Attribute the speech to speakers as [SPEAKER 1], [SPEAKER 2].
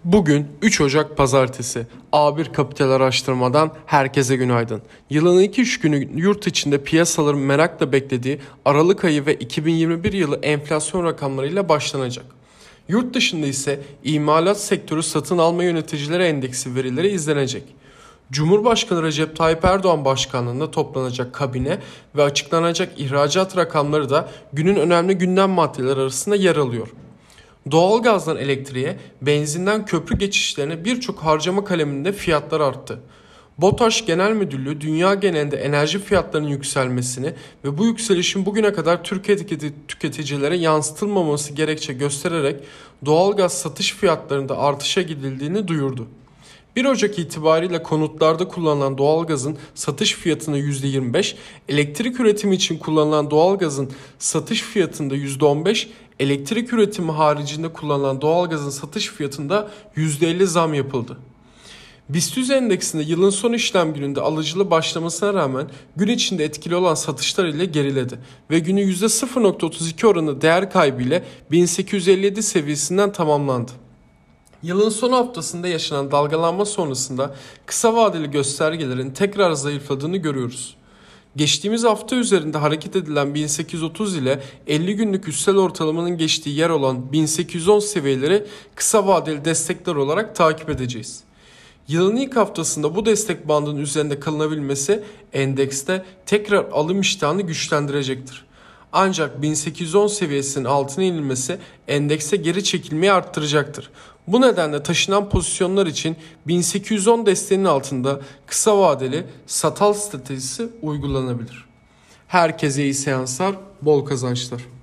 [SPEAKER 1] Bugün 3 Ocak Pazartesi. A1 Kapital Araştırma'dan herkese günaydın. Yılın ilk 3 günü yurt içinde piyasaların merakla beklediği Aralık ayı ve 2021 yılı enflasyon rakamlarıyla başlanacak. Yurt dışında ise imalat sektörü satın alma yöneticileri endeksi verileri izlenecek. Cumhurbaşkanı Recep Tayyip Erdoğan başkanlığında toplanacak kabine ve açıklanacak ihracat rakamları da günün önemli gündem maddeleri arasında yer alıyor. Doğalgazdan elektriğe, benzinden köprü geçişlerine birçok harcama kaleminde fiyatlar arttı. BOTAŞ Genel Müdürlüğü dünya genelinde enerji fiyatlarının yükselmesini ve bu yükselişin bugüne kadar Türkiye'deki tüketicilere yansıtılmaması gerekçe göstererek doğalgaz satış fiyatlarında artışa gidildiğini duyurdu. 1 Ocak itibariyle konutlarda kullanılan doğalgazın satış fiyatında %25, elektrik üretimi için kullanılan doğalgazın satış fiyatında %15, elektrik üretimi haricinde kullanılan doğalgazın satış fiyatında %50 zam yapıldı. BIST endeksinde yılın son işlem gününde alıcılı başlamasına rağmen gün içinde etkili olan satışlar ile geriledi ve günü %0.32 oranı değer kaybı ile 1857 seviyesinden tamamlandı. Yılın son haftasında yaşanan dalgalanma sonrasında kısa vadeli göstergelerin tekrar zayıfladığını görüyoruz. Geçtiğimiz hafta üzerinde hareket edilen 1830 ile 50 günlük üstel ortalamanın geçtiği yer olan 1810 seviyeleri kısa vadeli destekler olarak takip edeceğiz. Yılın ilk haftasında bu destek bandının üzerinde kalınabilmesi endekste tekrar alım iştahını güçlendirecektir. Ancak 1810 seviyesinin altına inilmesi endekse geri çekilmeyi arttıracaktır. Bu nedenle taşınan pozisyonlar için 1810 desteğinin altında kısa vadeli satal stratejisi uygulanabilir. Herkese iyi seanslar, bol kazançlar.